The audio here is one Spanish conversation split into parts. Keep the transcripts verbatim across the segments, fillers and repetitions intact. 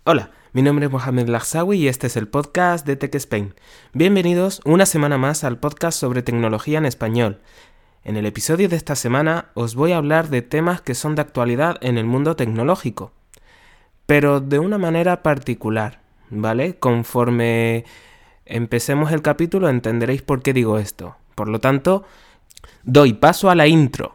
Hola, mi nombre es Mohamed Lagsawi y este es el podcast de Tech Spain. Bienvenidos una semana más al podcast sobre tecnología en español. En el episodio de esta semana os voy a hablar de temas que son de actualidad en el mundo tecnológico, pero de una manera particular, ¿vale? Conforme empecemos el capítulo entenderéis por qué digo esto. Por lo tanto, doy paso a la intro.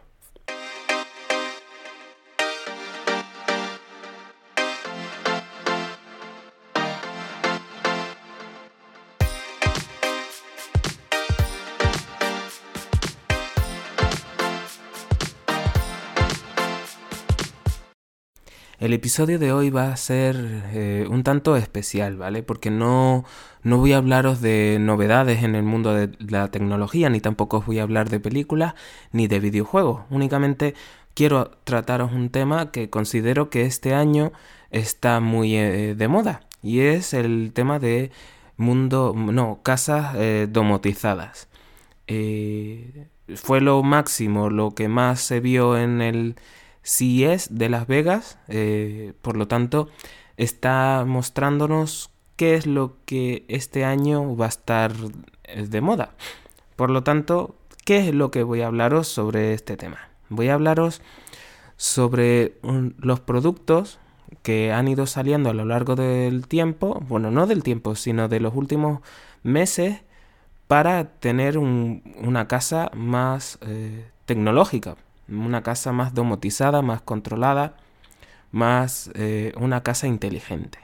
El episodio de hoy va a ser eh, un tanto especial, ¿vale? Porque no, no voy a hablaros de novedades en el mundo de la tecnología, ni tampoco os voy a hablar de películas ni de videojuegos. Únicamente quiero trataros un tema que considero que este año está muy eh, de moda, y es el tema de mundo, no, casas eh, domotizadas. Eh, fue lo máximo, lo que más se vio en el C E S de Las Vegas, eh, por lo tanto está mostrándonos qué es lo que este año va a estar de moda. Por lo tanto, ¿qué es lo que voy a hablaros sobre este tema? Voy a hablaros sobre un, los productos que han ido saliendo a lo largo del tiempo, bueno, no del tiempo, sino de los últimos meses, para tener un, una casa más eh, tecnológica, una casa más domotizada, más controlada, más eh, una casa inteligente.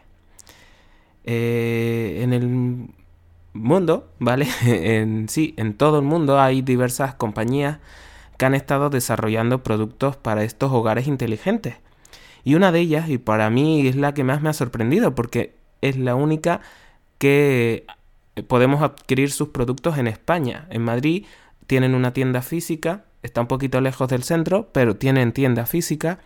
Eh, en el mundo, ¿vale? en, sí, en todo el mundo hay diversas compañías que han estado desarrollando productos para estos hogares inteligentes. Y una de ellas, y para mí es la que más me ha sorprendido, porque es la única que podemos adquirir sus productos en España. En Madrid tienen una tienda física, está un poquito lejos del centro, pero tienen tienda física,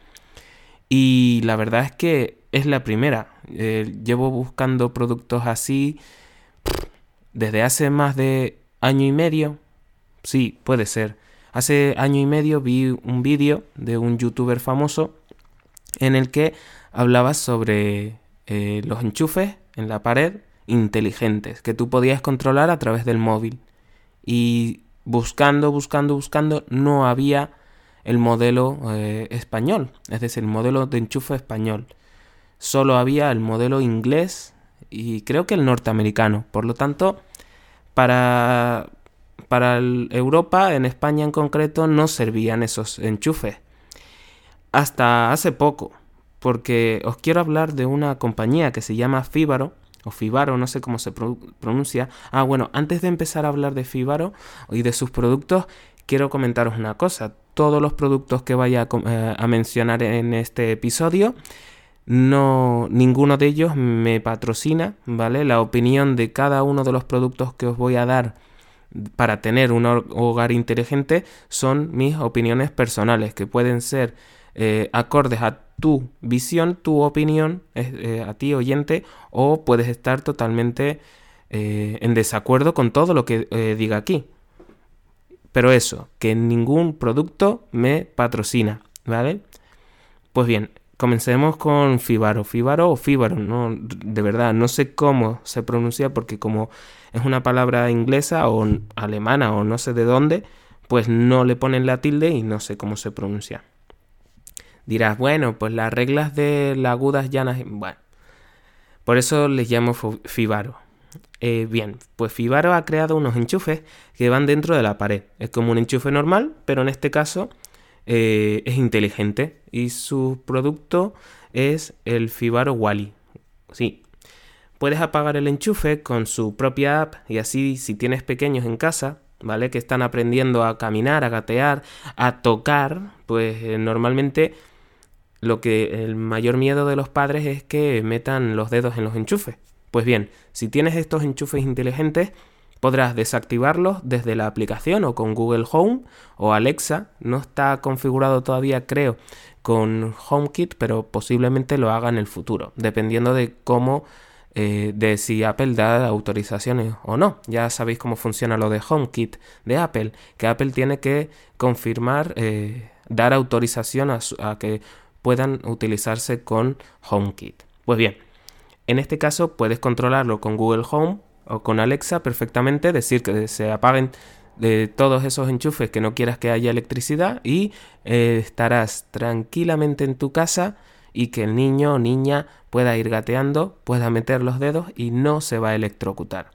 y la verdad es que es la primera. Eh, llevo buscando productos así desde hace más de año y medio. Sí, puede ser. Hace año y medio vi un vídeo de un youtuber famoso en el que hablaba sobre eh, los enchufes en la pared inteligentes que tú podías controlar a través del móvil. Y buscando, buscando, buscando, no había el modelo eh, español, es decir, el modelo de enchufe español. Solo había el modelo inglés y creo que el norteamericano. Por lo tanto, para, para el Europa, en España en concreto, no servían esos enchufes. Hasta hace poco, porque os quiero hablar de una compañía que se llama Fibaro, o Fibaro, no sé cómo se pro- pronuncia. Ah, bueno, antes de empezar a hablar de Fibaro y de sus productos, quiero comentaros una cosa. Todos los productos que vaya a, eh, a mencionar en este episodio, no, ninguno de ellos me patrocina, ¿vale? La opinión de cada uno de los productos que os voy a dar para tener un hogar inteligente son mis opiniones personales, que pueden ser eh, acordes a tu visión, tu opinión, eh, a ti oyente, o puedes estar totalmente eh, en desacuerdo con todo lo que eh, diga aquí. Pero eso, que ningún producto me patrocina, ¿vale? Pues bien, comencemos con Fibaro. Fibaro o Fibaro, no, de verdad, no sé cómo se pronuncia, porque como es una palabra inglesa o alemana o no sé de dónde, pues no le ponen la tilde y no sé cómo se pronuncia. Dirás, bueno, pues las reglas de las agudas llanas, bueno, por eso les llamo Fibaro. Eh, bien, pues Fibaro ha creado unos enchufes que van dentro de la pared. Es como un enchufe normal, pero en este caso eh, es inteligente, y su producto es el Fibaro Wally. Sí, puedes apagar el enchufe con su propia app, y así si tienes pequeños en casa, ¿vale? Que están aprendiendo a caminar, a gatear, a tocar, pues eh, normalmente lo que el mayor miedo de los padres es que metan los dedos en los enchufes. Pues bien, si tienes estos enchufes inteligentes, podrás desactivarlos desde la aplicación o con Google Home o Alexa. No está configurado todavía, creo, con HomeKit, pero posiblemente lo haga en el futuro, dependiendo de cómo, eh, de si Apple da autorizaciones o no. Ya sabéis cómo funciona lo de HomeKit de Apple, que Apple tiene que confirmar, eh, dar autorización a, su, a que puedan utilizarse con HomeKit. Pues bien, En este caso puedes controlarlo con Google Home o con Alexa perfectamente, decir que se apaguen de todos esos enchufes que no quieras que haya electricidad y eh, estarás tranquilamente en tu casa y que el niño o niña pueda ir gateando, pueda meter los dedos y no se va a electrocutar.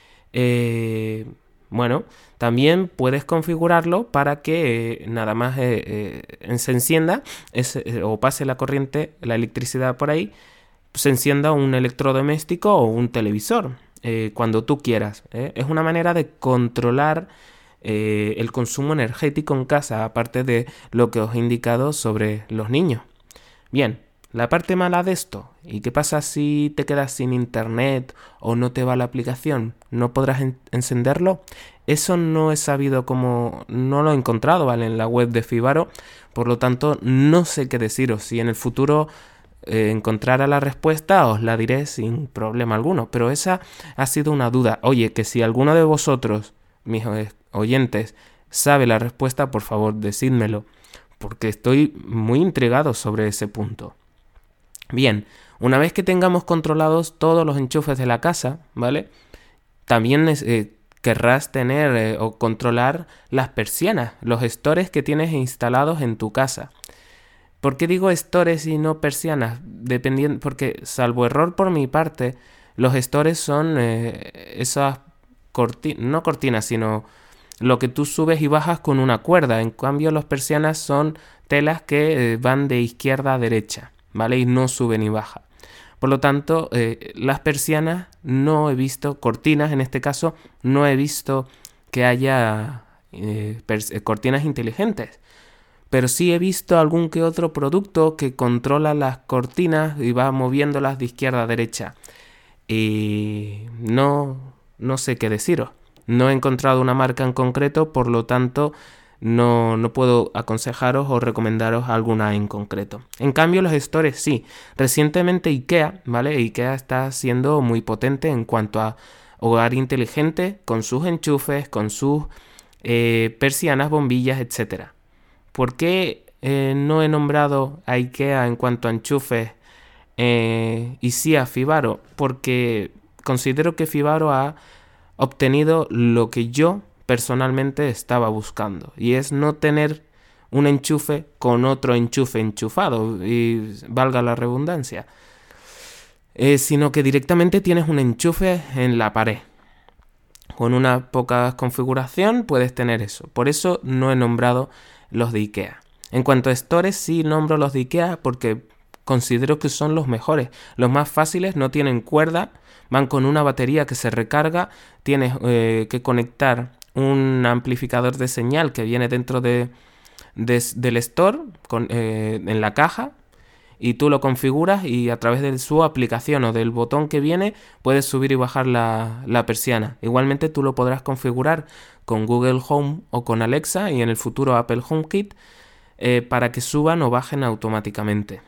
Eh, bueno, también puedes configurarlo para que eh, nada más eh, eh, se encienda ese, eh, o pase la corriente, la electricidad por ahí, se encienda un electrodoméstico o un televisor eh, cuando tú quieras. ¿eh? Es una manera de controlar eh, el consumo energético en casa, aparte de lo que os he indicado sobre los niños. Bien, la parte mala de esto, ¿y qué pasa si te quedas sin internet o no te va la aplicación? ¿No podrás en- encenderlo? Eso no he sabido cómo, no lo he encontrado, ¿vale? En la web de Fibaro, por lo tanto no sé qué deciros. Si en el futuro eh, encontrara la respuesta, os la diré sin problema alguno, pero esa ha sido una duda. Oye, que si alguno de vosotros, mis oyentes, sabe la respuesta, por favor, decídmelo, porque estoy muy intrigado sobre ese punto. Bien, una vez que tengamos controlados todos los enchufes de la casa, ¿vale? También eh, querrás tener eh, o controlar las persianas, los stores que tienes instalados en tu casa. ¿Por qué digo stores y no persianas? Dependiendo, porque salvo error por mi parte, los stores son eh, esas cortinas, no cortinas, sino lo que tú subes y bajas con una cuerda. En cambio, las persianas son telas que eh, van de izquierda a derecha, ¿vale? Y no suben y bajan. Por lo tanto, eh, las persianas no he visto, cortinas en este caso, no he visto que haya eh, pers- cortinas inteligentes. Pero sí he visto algún que otro producto que controla las cortinas y va moviéndolas de izquierda a derecha. Y no, no sé qué deciros. No he encontrado una marca en concreto, por lo tanto no, no puedo aconsejaros o recomendaros alguna en concreto. En cambio, los stores sí. Recientemente IKEA, ¿vale? IKEA está siendo muy potente en cuanto a hogar inteligente, con sus enchufes, con sus eh, persianas, bombillas, etcétera. ¿Por qué eh, no he nombrado a IKEA en cuanto a enchufes eh, y sí a Fibaro? Porque considero que Fibaro ha obtenido lo que yo personalmente estaba buscando, y es no tener un enchufe con otro enchufe enchufado, y valga la redundancia, eh, sino que directamente tienes un enchufe en la pared. Con una poca configuración puedes tener eso. Por eso no he nombrado los de IKEA. En cuanto a stores, sí nombro los de IKEA porque considero que son los mejores. Los más fáciles, no tienen cuerda, van con una batería que se recarga, tienes eh, que conectar un amplificador de señal que viene dentro de, de, del store con, eh, en la caja, y tú lo configuras y a través de su aplicación o del botón que viene puedes subir y bajar la, la persiana. Igualmente tú lo podrás configurar con Google Home o con Alexa y en el futuro Apple HomeKit eh, para que suban o bajen automáticamente.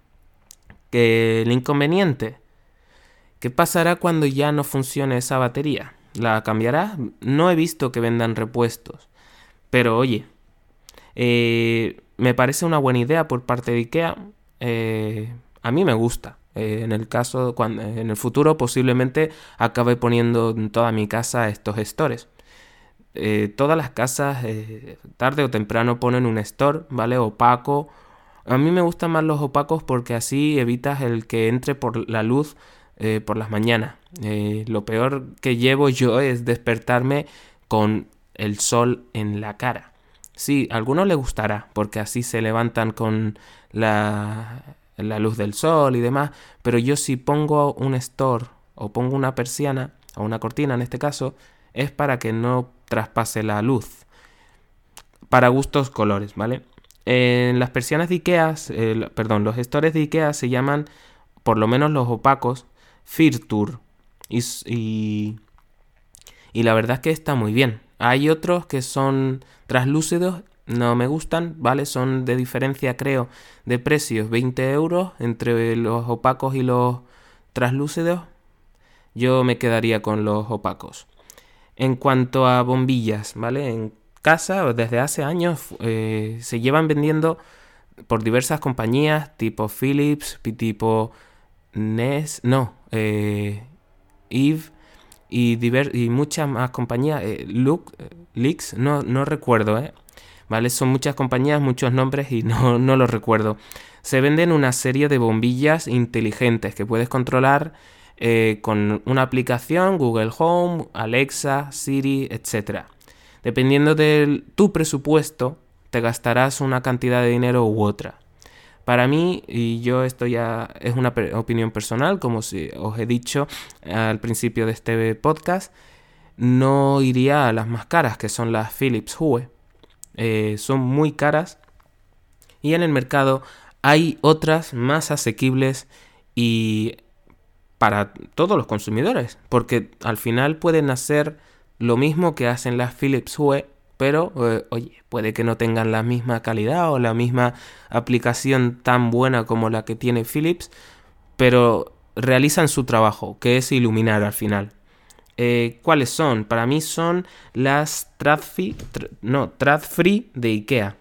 ¿Qué el inconveniente? ¿Qué pasará cuando ya no funcione esa batería? ¿La cambiarás? No he visto que vendan repuestos. Pero oye, eh, me parece una buena idea por parte de IKEA. Eh, a mí me gusta. Eh, en el caso, cuando, en el futuro posiblemente acabe poniendo en toda mi casa estos stores. Eh, todas las casas eh, tarde o temprano ponen un store, ¿vale? Opaco. A mí me gustan más los opacos porque así evitas el que entre por la luz eh, por las mañanas. Eh, lo peor que llevo yo es despertarme con el sol en la cara. Sí, a algunos les gustará porque así se levantan con la, la luz del sol y demás, pero yo si pongo un store o pongo una persiana o una cortina en este caso, es para que no traspase la luz. Para gustos colores, ¿vale? En las persianas de IKEA, eh, perdón, los stores de IKEA se llaman, por lo menos los opacos, Firtur. Y, y, y la verdad es que está muy bien. Hay otros que son translúcidos, no me gustan, ¿vale? Son de diferencia, creo, de precios, veinte euros entre los opacos y los translúcidos. Yo me quedaría con los opacos. En cuanto a bombillas, ¿vale? En casa, desde hace años, eh, se llevan vendiendo por diversas compañías, tipo Philips, tipo Ness, no, eh, Eve y, diver, y muchas más compañías, eh, Lux, Lix, no, no recuerdo, ¿eh? ¿Vale? Son muchas compañías, muchos nombres y no, no los recuerdo. Se venden una serie de bombillas inteligentes que puedes controlar eh, con una aplicación, Google Home, Alexa, Siri, etcétera. Dependiendo de tu presupuesto, te gastarás una cantidad de dinero u otra. Para mí, y yo esto ya es una opinión personal, como si os he dicho al principio de este podcast, no iría a las más caras, que son las Philips Hue. Eh, son muy caras y en el mercado hay otras más asequibles y para todos los consumidores, porque al final pueden hacer lo mismo que hacen las Philips Hue, pero eh, oye, puede que no tengan la misma calidad o la misma aplicación tan buena como la que tiene Philips, pero realizan su trabajo, que es iluminar al final. Eh, ¿Cuáles son? Para mí son las Tradfree, tr- no, Tradfree de IKEA.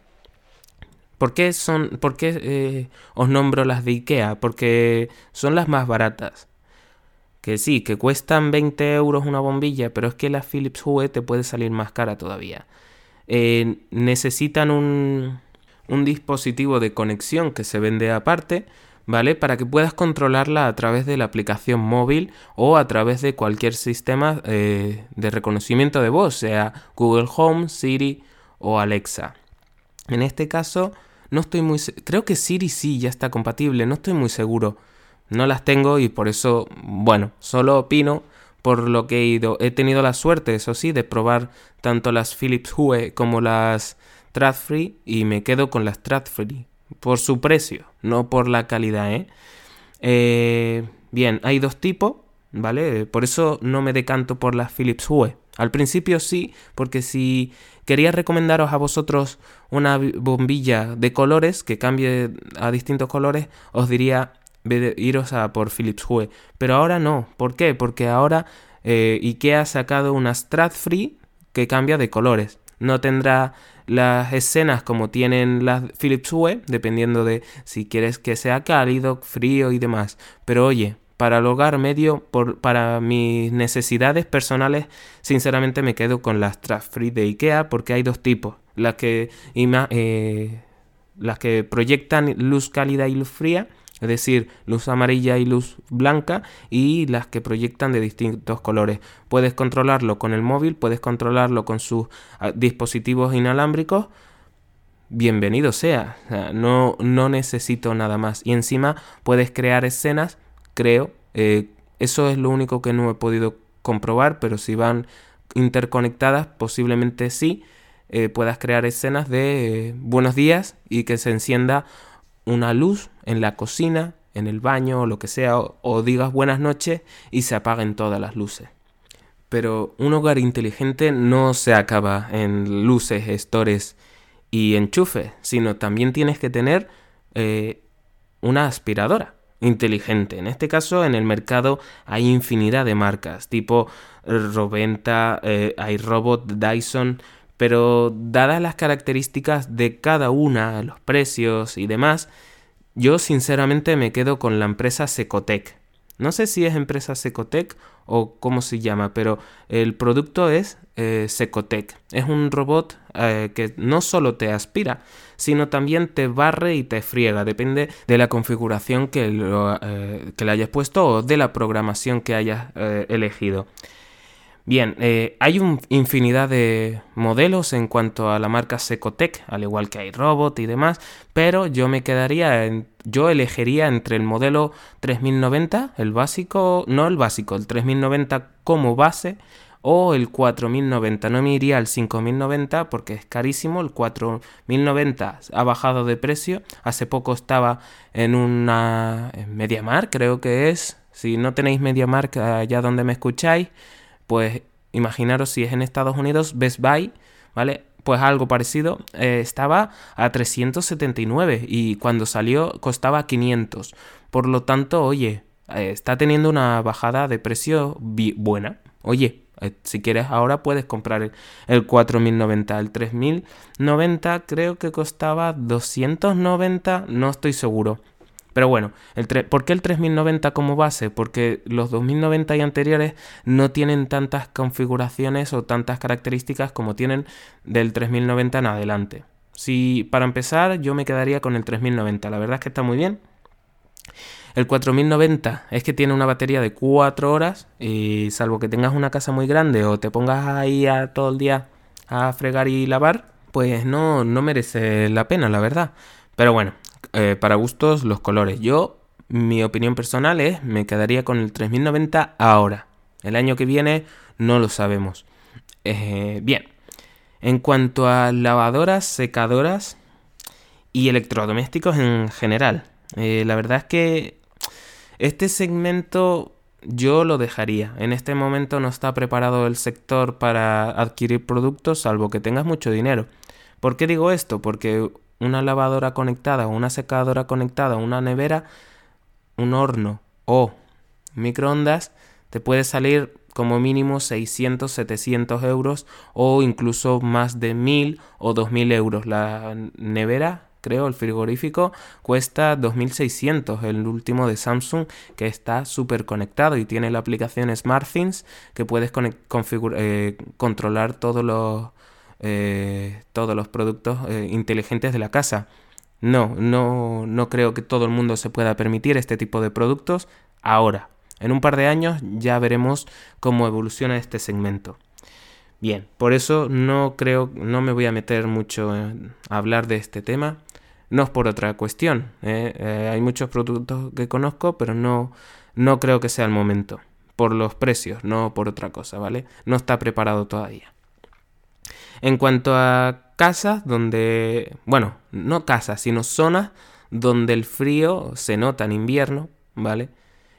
¿Por qué, son, por qué eh, os nombro las de IKEA? Porque son las más baratas. Que sí, que cuestan veinte euros una bombilla, pero es que la Philips Hue te puede salir más cara todavía. Eh, necesitan un, un dispositivo de conexión que se vende aparte, ¿vale? Para que puedas controlarla a través de la aplicación móvil o a través de cualquier sistema eh, de reconocimiento de voz, sea Google Home, Siri o Alexa. En este caso, no estoy muy... Creo que Siri sí ya está compatible, no estoy muy seguro. No las tengo y por eso, bueno, solo opino por lo que he ido. He tenido la suerte, eso sí, de probar tanto las Philips Hue como las Tradfree y me quedo con las Tradfree por su precio, no por la calidad, ¿eh? Eh, bien, hay dos tipos, ¿vale? Por eso no me decanto por las Philips Hue. Al principio sí, porque si quería recomendaros a vosotros una bombilla de colores que cambie a distintos colores, os diría iros a por Philips Hue. Pero ahora no. ¿Por qué? Porque ahora eh, IKEA ha sacado una Tradfree que cambia de colores. No tendrá las escenas como tienen las Philips Hue, dependiendo de si quieres que sea cálido, frío y demás. Pero oye, para el hogar medio, por, para mis necesidades personales, sinceramente me quedo con las Tradfree de IKEA porque hay dos tipos. Las que, eh, las que proyectan luz cálida y luz fría, es decir, luz amarilla y luz blanca, y las que proyectan de distintos colores. Puedes controlarlo con el móvil, puedes controlarlo con sus uh, dispositivos inalámbricos. Bienvenido sea, o sea no, no necesito nada más. Y encima puedes crear escenas, creo. Eh, eso es lo único que no he podido comprobar, pero si van interconectadas, posiblemente sí. Eh, puedas crear escenas de eh, buenos días y que se encienda una luz en la cocina, en el baño o lo que sea, o, o digas buenas noches y se apaguen todas las luces. Pero un hogar inteligente no se acaba en luces, stores y enchufes, sino también tienes que tener eh, una aspiradora inteligente. En este caso, en el mercado hay infinidad de marcas, tipo Roventa, eh, iRobot, Dyson, pero dadas las características de cada una, los precios y demás, yo sinceramente me quedo con la empresa Secotec. No sé si es empresa Secotec o cómo se llama, pero el producto es eh, Secotec. Es un robot eh, que no solo te aspira, sino también te barre y te friega. Depende de la configuración que, lo, eh, que le hayas puesto o de la programación que hayas eh, elegido. Bien, eh, hay un infinidad de modelos en cuanto a la marca Secotec, al igual que hay iRobot y demás, pero yo me quedaría, en, yo elegiría entre el modelo tres mil noventa, el básico, no el básico, el tres mil noventa como base, o el cuatro mil noventa. No me iría al cinco mil noventa porque es carísimo. El cuatro mil noventa ha bajado de precio. Hace poco estaba en una en MediaMarkt, creo que es. Si no tenéis MediaMarkt allá donde me escucháis, pues imaginaros si es en Estados Unidos, Best Buy, ¿vale? Pues algo parecido, eh, estaba a trescientos setenta y nueve y cuando salió costaba quinientos. Por lo tanto, oye, eh, está teniendo una bajada de precio bi- buena. Oye, eh, si quieres ahora puedes comprar el, el cuatro mil noventa. El tres mil noventa creo que costaba doscientos noventa, no estoy seguro. Pero bueno, el ¿por qué el tres mil noventa como base? Porque los dos mil noventa y anteriores no tienen tantas configuraciones o tantas características como tienen del tres mil noventa en adelante. Si para empezar yo me quedaría con el tres mil noventa, la verdad es que está muy bien. El cuatro mil noventa es que tiene una batería de cuatro horas y salvo que tengas una casa muy grande o te pongas ahí a todo el día a fregar y lavar, pues no, no merece la pena, la verdad. Pero bueno, eh, para gustos los colores. Yo, mi opinión personal es, me quedaría con el tres mil noventa ahora. El año que viene no lo sabemos. Eh, bien, en cuanto a lavadoras, secadoras y electrodomésticos en general, eh, la verdad es que este segmento yo lo dejaría. En este momento no está preparado el sector para adquirir productos salvo que tengas mucho dinero. ¿Por qué digo esto? Porque una lavadora conectada, una secadora conectada, una nevera, un horno o microondas te puede salir como mínimo seiscientos, setecientos euros o incluso más de mil o dos mil euros. La nevera, creo, el frigorífico cuesta dos mil seiscientos, el último de Samsung, que está súper conectado y tiene la aplicación SmartThings que puedes eh, controlar todos los, eh, todos los productos eh, inteligentes de la casa. No, no, no creo que todo el mundo se pueda permitir este tipo de productos ahora. En un par de años ya veremos cómo evoluciona este segmento. Bien, por eso no creo, no me voy a meter mucho en hablar de este tema. No es por otra cuestión. ¿eh? Eh, hay muchos productos que conozco, pero no, no creo que sea el momento. Por los precios, no por otra cosa, ¿vale? No está preparado todavía. En cuanto a casas donde, bueno, no casas, sino zonas donde el frío se nota en invierno, ¿vale?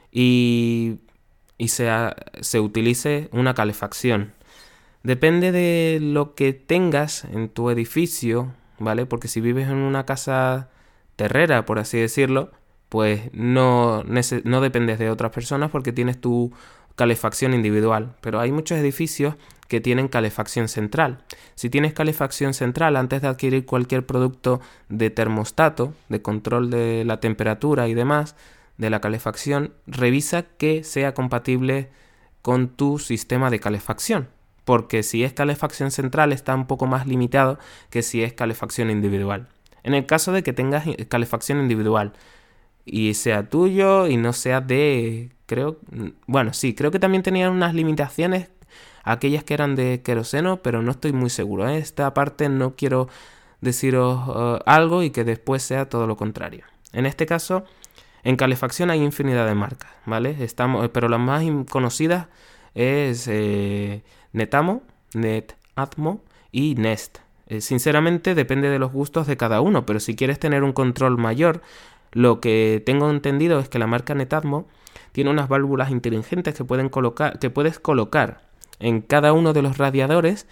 Y, y se, se utilice una calefacción. Depende de lo que tengas en tu edificio, ¿vale? Porque si vives en una casa terrera, por así decirlo, pues no, no dependes de otras personas porque tienes tu calefacción individual. Pero hay muchos edificios que tienen calefacción central. Si tienes calefacción central, antes de adquirir cualquier producto de termostato, de control de la temperatura y demás, de la calefacción, revisa que sea compatible con tu sistema de calefacción. Porque si es calefacción central está un poco más limitado que si es calefacción individual. En el caso de que tengas calefacción individual y sea tuyo y no sea de, creo, bueno, sí, creo que también tenían unas limitaciones, aquellas que eran de queroseno, pero no estoy muy seguro. ¿eh? Esta parte no quiero deciros uh, algo y que después sea todo lo contrario. En este caso, en calefacción hay infinidad de marcas, ¿vale? Estamos, pero las más conocidas es eh, Netamo, Netatmo y Nest. Eh, sinceramente depende de los gustos de cada uno, pero si quieres tener un control mayor, lo que tengo entendido es que la marca Netatmo tiene unas válvulas inteligentes que, pueden colocar, que puedes colocar en cada uno de los radiadores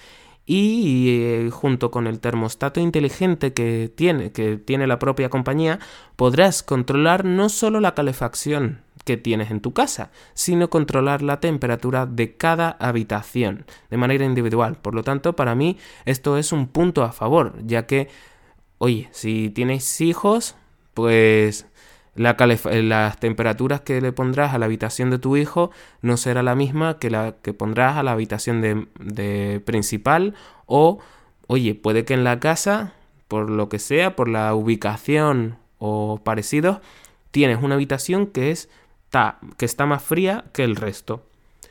y eh, junto con el termostato inteligente que tiene, que tiene la propia compañía, podrás controlar no solo la calefacción que tienes en tu casa, sino controlar la temperatura de cada habitación de manera individual. Por lo tanto, para mí esto es un punto a favor, ya que, oye, si tienes hijos, pues la calef- las temperaturas que le pondrás a la habitación de tu hijo no será la misma que la que pondrás a la habitación de, de principal o, oye, puede que en la casa, por lo que sea, por la ubicación o parecidos, tienes una habitación que es Ta, que está más fría que el resto.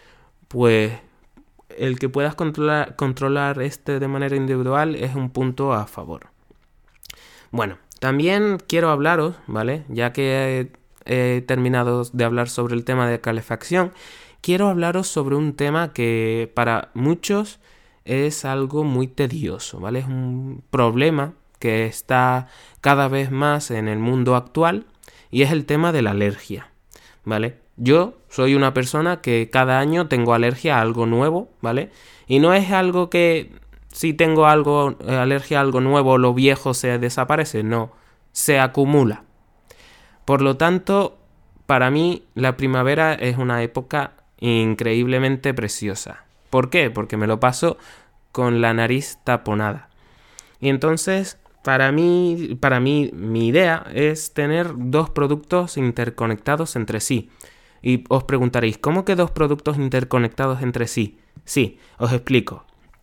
Pues el que puedas controlar, controlar este de manera individual es un punto a favor. Bueno, también quiero hablaros, ¿vale? Ya que he, he terminado de hablar sobre el tema de calefacción, quiero hablaros sobre un tema que para muchos es algo muy tedioso, ¿vale? Es un problema que está cada vez más en el mundo actual y es el tema de la alergia. ¿Vale? Yo soy una persona que cada año tengo alergia a algo nuevo, ¿vale? Y no es algo que si tengo algo, eh, alergia a algo nuevo, lo viejo se desaparece, no, se acumula. Por lo tanto, para mí la primavera es una época increíblemente preciosa. ¿Por qué? Porque me lo paso con la nariz taponada. Y entonces, para mí, para mí, mi idea es tener dos productos interconectados entre sí. Y os preguntaréis, ¿cómo que dos productos interconectados entre sí? Sí, os explico.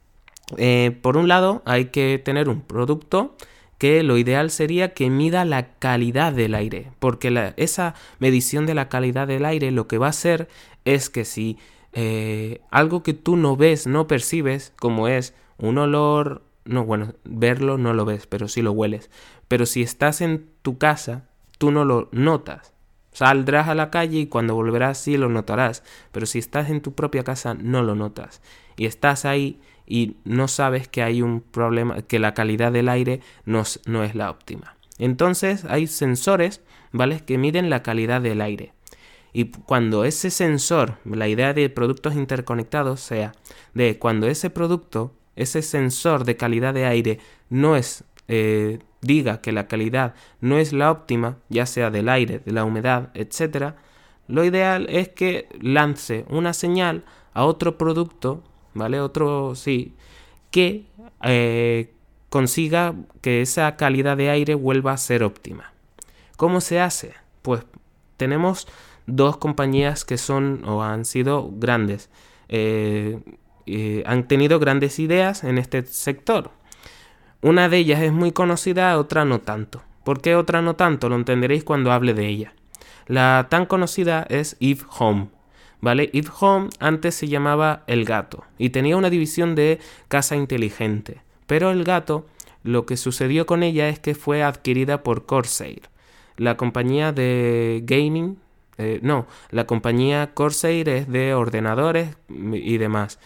Eh, por un lado, hay que tener un producto que lo ideal sería que mida la calidad del aire, porque la, esa medición de la calidad del aire lo que va a hacer es que si eh, algo que tú no ves, no percibes, como es un olor, no, bueno, verlo no lo ves, pero sí lo hueles, pero si estás en tu casa, tú no lo notas. Saldrás a la calle y cuando volverás sí lo notarás, pero si estás en tu propia casa no lo notas. Y estás ahí y no sabes que hay un problema, que la calidad del aire no, no es la óptima. Entonces hay sensores, ¿vale?, que miden la calidad del aire. Y cuando ese sensor, la idea de productos interconectados sea de cuando ese producto, ese sensor de calidad de aire no es... Eh, diga que la calidad no es la óptima, ya sea del aire, de la humedad, etcétera, lo ideal es que lance una señal a otro producto, ¿vale? Otro, sí, que eh, consiga que esa calidad de aire vuelva a ser óptima. ¿Cómo se hace? Pues tenemos dos compañías que son o han sido grandes, eh, eh, han tenido grandes ideas en este sector. Una de ellas es muy conocida, otra no tanto. ¿Por qué otra no tanto? Lo entenderéis cuando hable de ella. La tan conocida es Eve Home, ¿vale? Eve Home antes se llamaba El Gato y tenía una división de casa inteligente. Pero El Gato, lo que sucedió con ella es que fue adquirida por Corsair, la compañía de gaming. Eh, no, la compañía Corsair es de ordenadores y demás.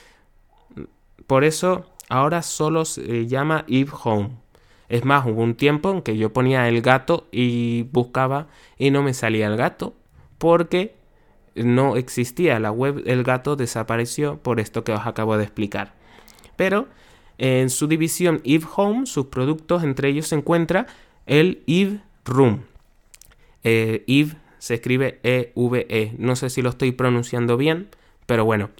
Por eso... ahora solo se llama Eve Home. Es más, hubo un tiempo en que yo ponía El Gato y buscaba y no me salía El Gato porque no existía. La web El Gato desapareció por esto que os acabo de explicar. Pero en su división Eve Home, sus productos, entre ellos se encuentra el Eve Room. Eh, Eve se escribe E V E. No sé si lo estoy pronunciando bien, pero bueno.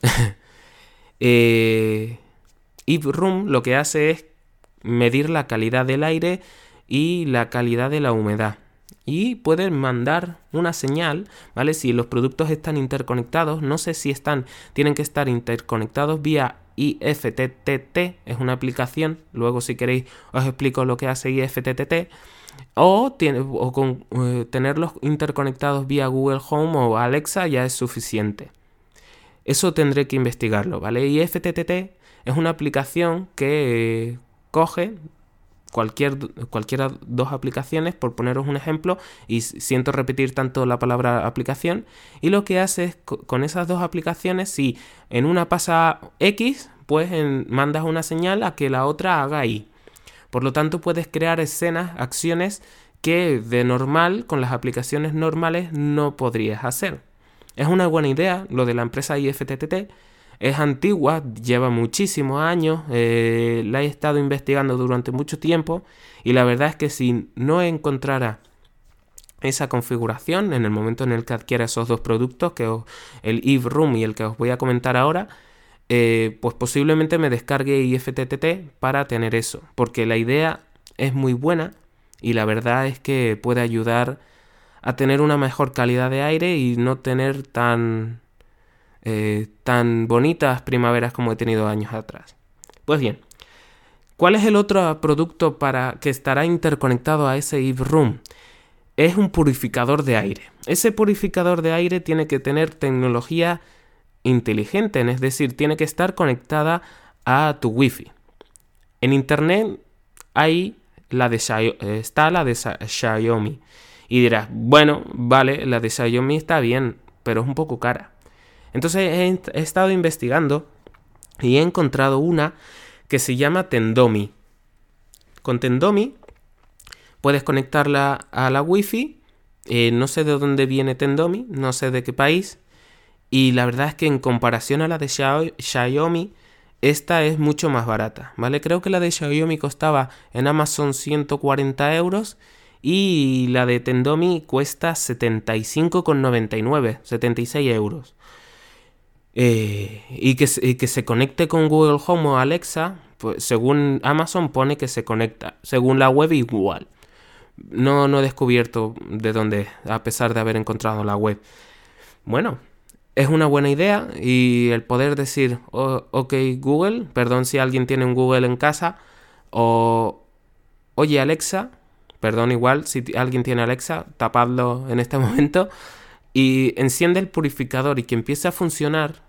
eh... Eve Room lo que hace es medir la calidad del aire y la calidad de la humedad. Y puede mandar una señal, ¿vale? Si los productos están interconectados, no sé si están, tienen que estar interconectados vía I F T T T, es una aplicación, luego si queréis os explico lo que hace I F T T T, o, tiene, o con eh, tenerlos interconectados vía Google Home o Alexa ya es suficiente. Eso tendré que investigarlo, ¿vale? I F T T T es una aplicación que eh, coge cualquier, cualquiera dos aplicaciones, por poneros un ejemplo, y siento repetir tanto la palabra aplicación, y lo que hace es con esas dos aplicaciones, si en una pasa X, pues en, mandas una señal a que la otra haga Y. Por lo tanto, puedes crear escenas, acciones que de normal, con las aplicaciones normales, no podrías hacer. Es una buena idea lo de la empresa I F T T T. Es antigua, lleva muchísimos años, eh, la he estado investigando durante mucho tiempo y la verdad es que si no encontrara esa configuración en el momento en el que adquiera esos dos productos, que os, el Eve Room y el que os voy a comentar ahora, eh, pues posiblemente me descargue I F T T T para tener eso, porque la idea es muy buena y la verdad es que puede ayudar a tener una mejor calidad de aire y no tener tan... Eh, tan bonitas primaveras como he tenido años atrás. Pues bien, ¿cuál es el otro producto para que estará interconectado a ese Eve Room? Es un purificador de aire. Ese purificador de aire tiene que tener tecnología inteligente, es decir, tiene que estar conectada a tu Wi-Fi. En internet hay la de Xiaomi, está la de Xiaomi y dirás, bueno, vale, la de Xiaomi está bien, pero es un poco cara. Entonces he, he estado investigando y he encontrado una que se llama Tendomi. Con Tendomi puedes conectarla a la Wi-Fi. Eh, no sé de dónde viene Tendomi, no sé de qué país. Y la verdad es que en comparación a la de Xiaomi, esta es mucho más barata, ¿vale? Creo que la de Xiaomi costaba en Amazon ciento cuarenta euros y la de Tendomi cuesta setenta y cinco con noventa y nueve, setenta y seis euros. Eh, y, que, y que se conecte con Google Home o Alexa, pues, según Amazon pone que se conecta. Según la web igual. No, no he descubierto de dónde, a pesar de haber encontrado la web. Bueno, es una buena idea y el poder decir, oh, ok Google, perdón si alguien tiene un Google en casa, o oye Alexa, perdón igual si t- alguien tiene Alexa, tapadlo en este momento, y enciende el purificador y que empiece a funcionar.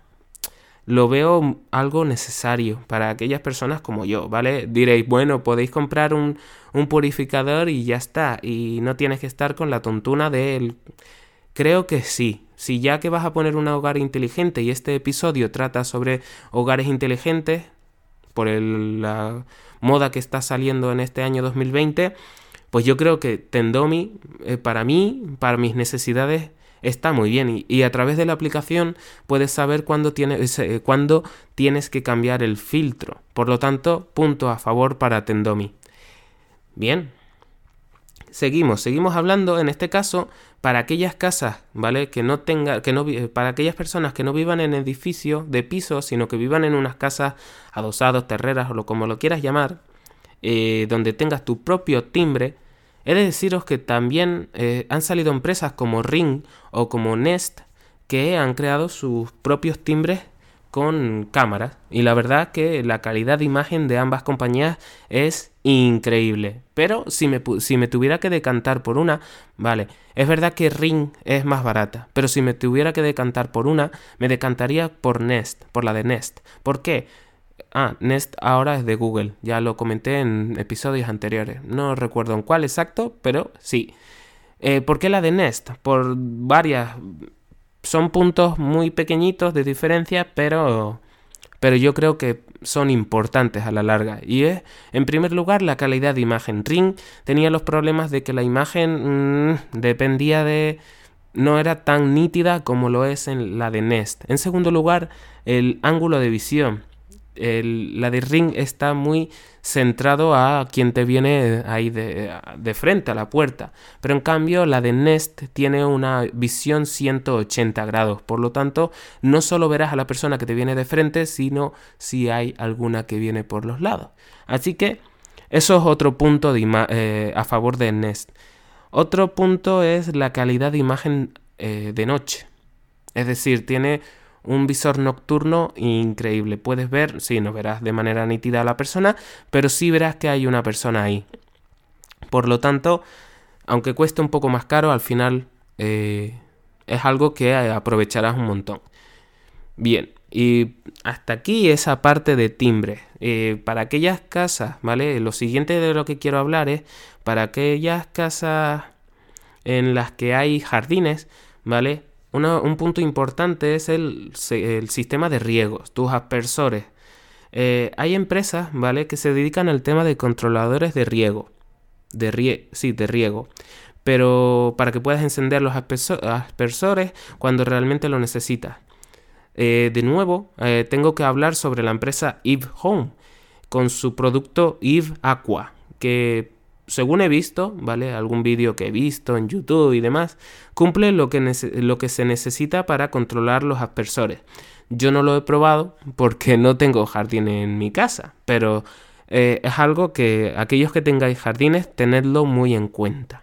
Lo veo algo necesario para aquellas personas como yo, ¿vale? Diréis, bueno, podéis comprar un, un purificador y ya está, y no tienes que estar con la tontuna de él. Creo que sí. Si ya que vas a poner un hogar inteligente y este episodio trata sobre hogares inteligentes, por el, la moda que está saliendo en este año dos mil veinte, pues yo creo que Tendomi, eh, para mí, para mis necesidades, está muy bien. Y, y a través de la aplicación puedes saber cuándo, tiene, eh, cuándo tienes que cambiar el filtro. Por lo tanto, punto a favor para Tendomi. Bien. Seguimos, seguimos hablando en este caso para aquellas casas, ¿vale? Que no tenga, que no, para aquellas personas que no vivan en edificios de pisos, sino que vivan en unas casas adosadas, terreras o lo, como lo quieras llamar, eh, donde tengas tu propio timbre. He de deciros que también eh, han salido empresas como Ring o como Nest que han creado sus propios timbres con cámaras, y la verdad que la calidad de imagen de ambas compañías es increíble. Pero si me, si me tuviera que decantar por una, vale, es verdad que Ring es más barata, pero si me tuviera que decantar por una, me decantaría por Nest, por la de Nest. ¿Por qué? Ah, Nest ahora es de Google, ya lo comenté en episodios anteriores, no recuerdo en cuál exacto, pero sí. Eh, ¿por qué la de Nest? Por varias... Son puntos muy pequeñitos de diferencia, pero, pero yo creo que son importantes a la larga. Y es, en primer lugar, la calidad de imagen. Ring tenía los problemas de que la imagen mmm, dependía de... no era tan nítida como lo es en la de Nest. En segundo lugar, el ángulo de visión. El, la de Ring está muy centrado a quien te viene ahí de, de frente a la puerta, pero en cambio la de Nest tiene una visión ciento ochenta grados, por lo tanto no solo verás a la persona que te viene de frente, sino si hay alguna que viene por los lados. Así que eso es otro punto de ima- eh, a favor de Nest. Otro punto es la calidad de imagen eh, de noche, es decir, tiene un visor nocturno increíble. Puedes ver, sí, no verás de manera nítida a la persona, pero sí verás que hay una persona ahí. Por lo tanto, aunque cueste un poco más caro, al final eh, es algo que aprovecharás un montón. Bien, y hasta aquí esa parte de timbre. Eh, para aquellas casas, ¿vale? Lo siguiente de lo que quiero hablar es para aquellas casas en las que hay jardines, ¿vale? Una, un punto importante es el, el sistema de riegos, tus aspersores. Eh, hay empresas, ¿vale?, que se dedican al tema de controladores de riego. De rie sí, de riego. Pero para que puedas encender los aspersores cuando realmente lo necesitas. Eh, de nuevo, eh, tengo que hablar sobre la empresa Eve Home con su producto Eve Aqua, que según he visto, ¿vale?, algún vídeo que he visto en YouTube y demás, cumple lo que, lo que se necesita para controlar los aspersores. Yo no lo he probado porque no tengo jardín en mi casa, pero eh, es algo que aquellos que tengáis jardines, tenedlo muy en cuenta.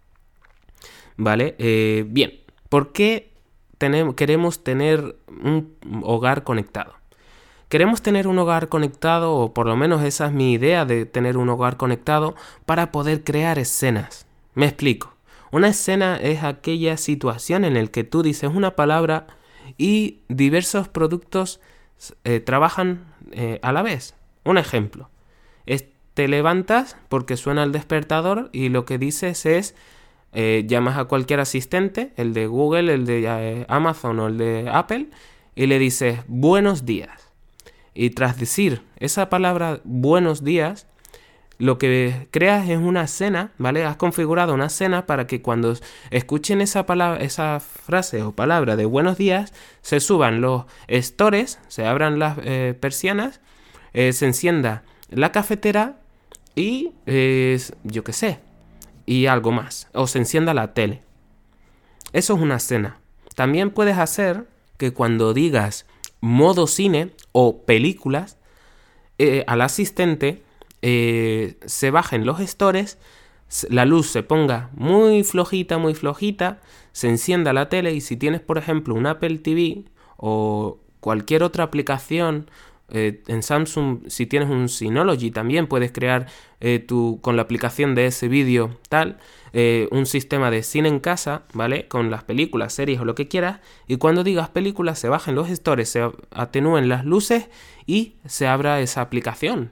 ¿Vale? Eh, bien, ¿por qué tenemos, queremos tener un hogar conectado? Queremos tener un hogar conectado, o por lo menos esa es mi idea de tener un hogar conectado, para poder crear escenas. Me explico. Una escena es aquella situación en la que tú dices una palabra y diversos productos eh, trabajan eh, a la vez. Un ejemplo. Es, te levantas porque suena el despertador y lo que dices es, eh, llamas a cualquier asistente, el de Google, el de eh, Amazon o el de Apple, y le dices buenos días. Y tras decir esa palabra buenos días, lo que creas es una escena, ¿vale? Has configurado una escena para que cuando escuchen esa palabra, esa frase o palabra de buenos días, se suban los stores, se abran las eh, persianas, eh, se encienda la cafetera y, eh, yo qué sé, y algo más. O se encienda la tele. Eso es una escena. También puedes hacer que cuando digas modo cine o películas, eh, al asistente eh, se bajen los stores, la luz se ponga muy flojita, muy flojita, se encienda la tele y si tienes, por ejemplo, un Apple T V o cualquier otra aplicación, eh, en Samsung, si tienes un Synology también puedes crear eh, tu, con la aplicación de ese vídeo tal, eh, un sistema de cine en casa, ¿vale? Con las películas, series o lo que quieras, y cuando digas películas se bajen los stores, se atenúen las luces y se abra esa aplicación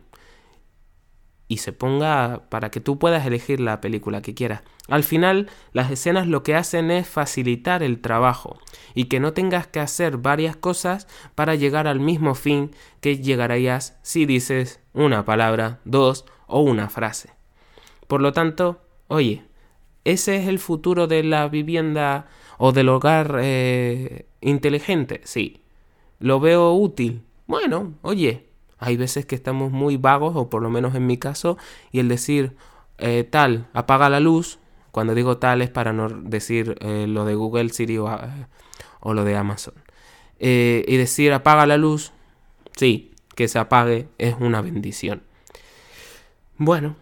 y se ponga para que tú puedas elegir la película que quieras. Al final, las escenas lo que hacen es facilitar el trabajo y que no tengas que hacer varias cosas para llegar al mismo fin que llegarías si dices una palabra, dos o una frase. Por lo tanto, oye, ¿ese es el futuro de la vivienda o del hogar eh, inteligente? Sí. ¿Lo veo útil? Bueno, oye, hay veces que estamos muy vagos, o por lo menos en mi caso, y el decir eh, tal, apaga la luz, cuando digo tal es para no decir eh, lo de Google, Siri o, o lo de Amazon. Eh, y decir apaga la luz, sí, que se apague es una bendición. Bueno,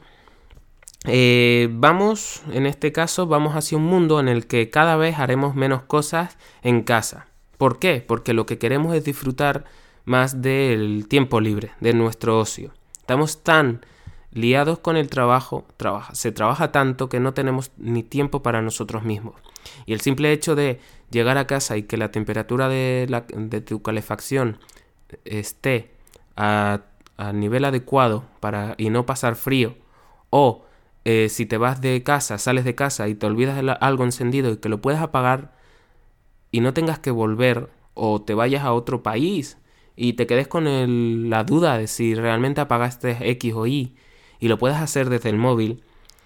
eh, vamos, en este caso, vamos hacia un mundo en el que cada vez haremos menos cosas en casa. ¿Por qué? Porque lo que queremos es disfrutar más del tiempo libre, de nuestro ocio. Estamos tan liados con el trabajo, trabaja, se trabaja tanto que no tenemos ni tiempo para nosotros mismos. Y el simple hecho de llegar a casa y que la temperatura de, la, de tu calefacción esté a, a nivel adecuado para, y no pasar frío, o eh, si te vas de casa, sales de casa y te olvidas de la, algo encendido y que lo puedes apagar y no tengas que volver o te vayas a otro país y te quedes con el, la duda de si realmente apagaste X o Y y lo puedes hacer desde el móvil,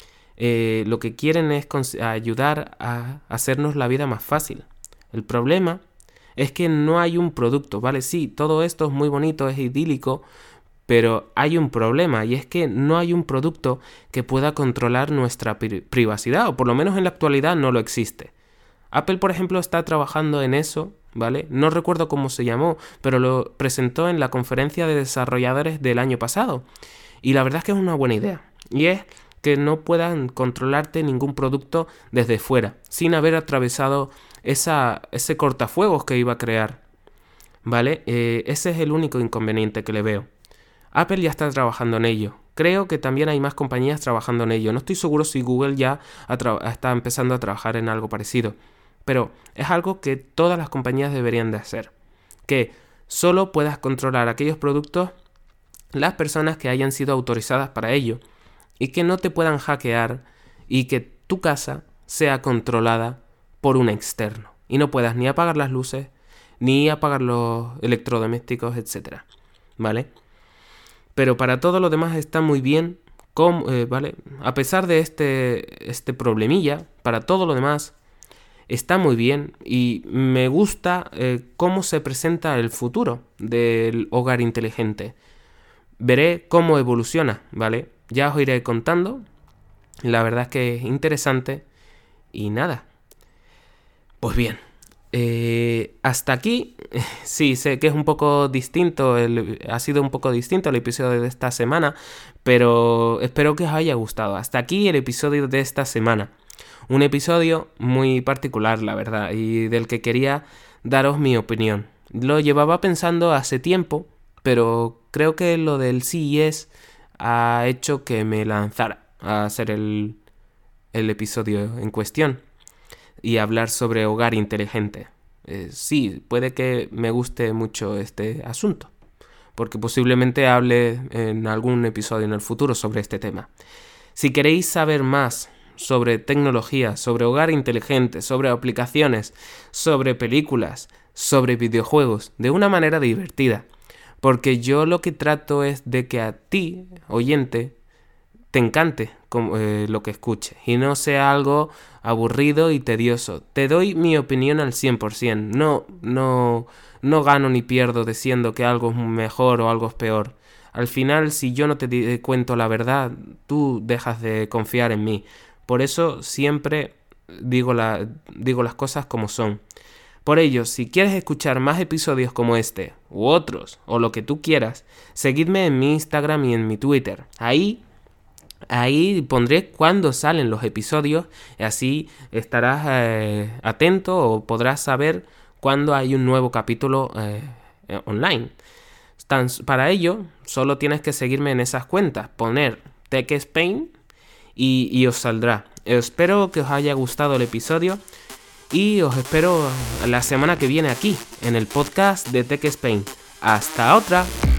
eh, lo que quieren es cons- ayudar a hacernos la vida más fácil. El problema es que no hay un producto, ¿vale? Sí, todo esto es muy bonito, es idílico, pero hay un problema y es que no hay un producto que pueda controlar nuestra pri- privacidad, o por lo menos en la actualidad no lo existe. Apple, por ejemplo, está trabajando en eso, ¿vale? No recuerdo cómo se llamó, pero lo presentó en la conferencia de desarrolladores del año pasado. Y la verdad es que es una buena idea. Y es que no puedan controlarte ningún producto desde fuera, sin haber atravesado esa, ese cortafuegos que iba a crear, ¿vale? Eh, ese es el único inconveniente que le veo. Apple ya está trabajando en ello. Creo que también hay más compañías trabajando en ello. No estoy seguro si Google ya está empezando a trabajar en algo parecido. Pero es algo que todas las compañías deberían de hacer. Que solo puedas controlar aquellos productos las personas que hayan sido autorizadas para ello. Y que no te puedan hackear y que tu casa sea controlada por un externo. Y no puedas ni apagar las luces, ni apagar los electrodomésticos, etcétera. ¿Vale? Pero para todo lo demás está muy bien, como, eh, ¿vale? A pesar de este, este problemilla, para todo lo demás está muy bien y me gusta eh, cómo se presenta el futuro del hogar inteligente. Veré cómo evoluciona, ¿vale? Ya os iré contando. La verdad es que es interesante y nada. Pues bien. Eh, hasta aquí, sí, sé que es un poco distinto, el, ha sido un poco distinto el episodio de esta semana, pero espero que os haya gustado. Hasta aquí el episodio de esta semana. Un episodio muy particular, la verdad, y del que quería daros mi opinión. Lo llevaba pensando hace tiempo, pero creo que lo del C E S ha hecho que me lanzara a hacer el, el episodio en cuestión y hablar sobre hogar inteligente. Eh, sí, puede que me guste mucho este asunto, porque posiblemente hable en algún episodio en el futuro sobre este tema. Si queréis saber más sobre tecnología, sobre hogar inteligente, sobre aplicaciones, sobre películas, sobre videojuegos, de una manera divertida, porque yo lo que trato es de que a ti, oyente, te encante como, eh, lo que escuches y no sea algo aburrido y tedioso. Te doy mi opinión al cien por ciento. No, no, no gano ni pierdo diciendo que algo es mejor o algo es peor. Al final, si yo no te di- cuento la verdad, tú dejas de confiar en mí. Por eso siempre digo, la, digo las cosas como son. Por ello, si quieres escuchar más episodios como este, u otros, o lo que tú quieras, seguidme en mi Instagram y en mi Twitter. Ahí, ahí pondré cuándo salen los episodios y así estarás eh, atento o podrás saber cuándo hay un nuevo capítulo eh, online. Tan, para ello, solo tienes que seguirme en esas cuentas, poner Tech Spain y, y os saldrá. Espero que os haya gustado el episodio. Y os espero la semana que viene aquí, en el podcast de Tech Spain. ¡Hasta otra!